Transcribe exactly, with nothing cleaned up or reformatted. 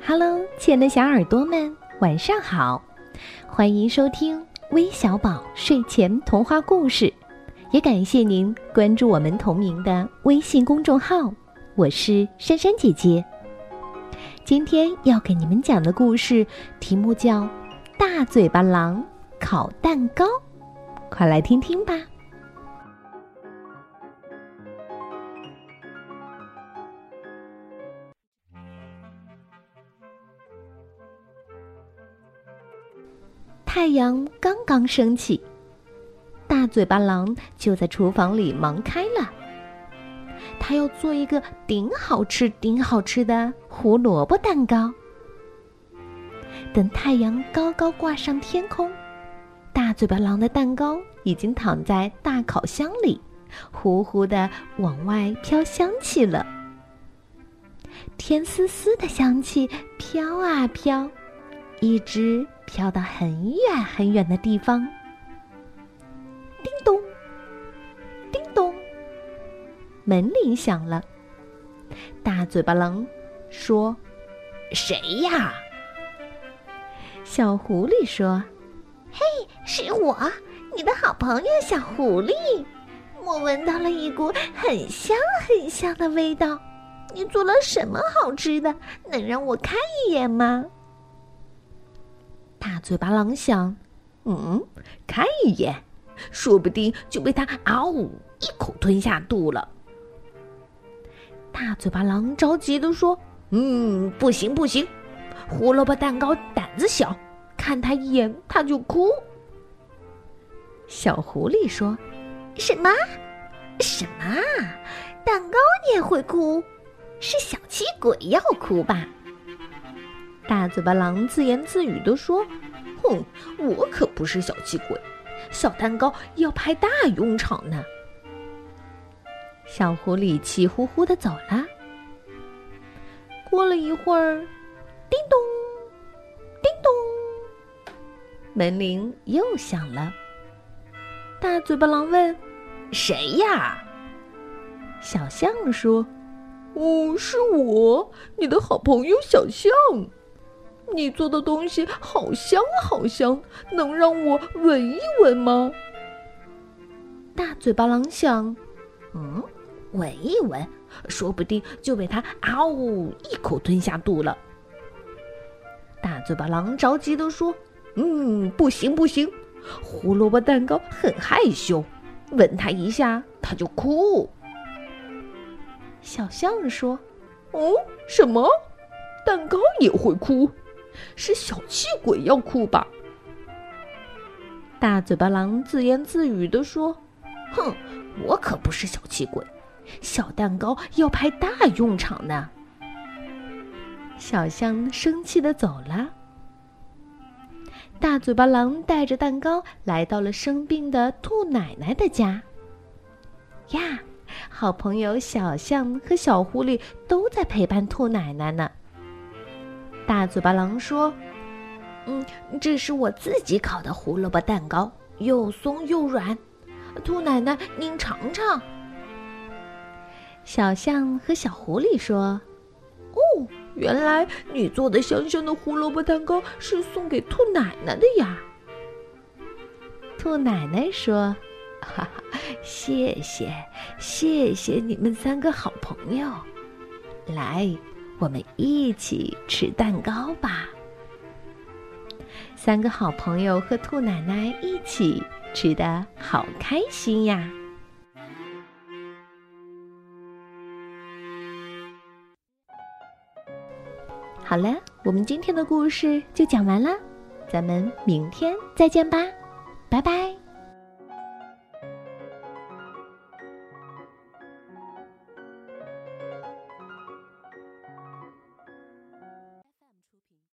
Hello， 亲爱的小耳朵们，晚上好！欢迎收听微小宝睡前童话故事，也感谢您关注我们同名的微信公众号。我是珊珊姐姐。今天要给你们讲的故事题目叫《大嘴巴狼烤蛋糕》，快来听听吧。太阳刚刚升起，大嘴巴狼就在厨房里忙开了。他要做一个顶好吃顶好吃的胡萝卜蛋糕。等太阳高高挂上天空，大嘴巴狼的蛋糕已经躺在大烤箱里，呼呼地往外飘香气了。甜丝丝的香气飘啊飘，一直飘到很远很远的地方。叮咚，叮咚，门铃响了。大嘴巴狼说：“ 谁呀？” 小狐狸说：“ 嘿，是我，你的好朋友小狐狸。我闻到了一股很香很香的味道。你做了什么好吃的？能让我看一眼吗？” 大嘴巴狼想， 嗯，看一眼，说不定就被他嗷呜一口吞下肚了。 大嘴巴狼着急地说：“ 嗯，不行不行，胡萝卜蛋糕胆子小，看他一眼他就哭。” 小狐狸说：“ 什么？什么？蛋糕也会哭？是小气鬼要哭吧？” 大嘴巴狼自言自语地说：“ 哼，我可不是小气鬼，小蛋糕要派大用场呢。” 小狐狸气呼呼地走了。过了一会儿，叮咚，叮咚，门铃又响了。大嘴巴狼问：“ 谁呀？” 小象说：“ 哦，是我，你的好朋友小象。你做的东西好香好香，能让我闻一闻吗？” 大嘴巴狼想， 嗯，闻一闻，说不定就被他嗷呜一口吞下肚了。 大嘴巴狼着急地说：“ 嗯，不行不行，胡萝卜蛋糕很害羞，吻他一下他就哭。” 小象说：“ 哦，什么？蛋糕也会哭？是小气鬼要哭吧？” 大嘴巴狼自言自语地说：“ 哼，我可不是小气鬼，小蛋糕要派大用场呢。” 小象生气地走了。大嘴巴狼带着蛋糕来到了生病的兔奶奶的家。呀，好朋友小象和小狐狸都在陪伴兔奶奶呢。大嘴巴狼说：“ 嗯，这是我自己烤的胡萝卜蛋糕，又松又软。兔奶奶，您尝尝。” 小象和小狐狸说：“ 哦，原来你做的香香的胡萝卜蛋糕是送给兔奶奶的呀。” 兔奶奶说：“ 哈哈，谢谢，谢谢你们三个好朋友。来，我们一起吃蛋糕吧。” 三个好朋友和兔奶奶一起吃得好开心呀。好了，我们今天的故事就讲完了，咱们明天再见吧，拜拜。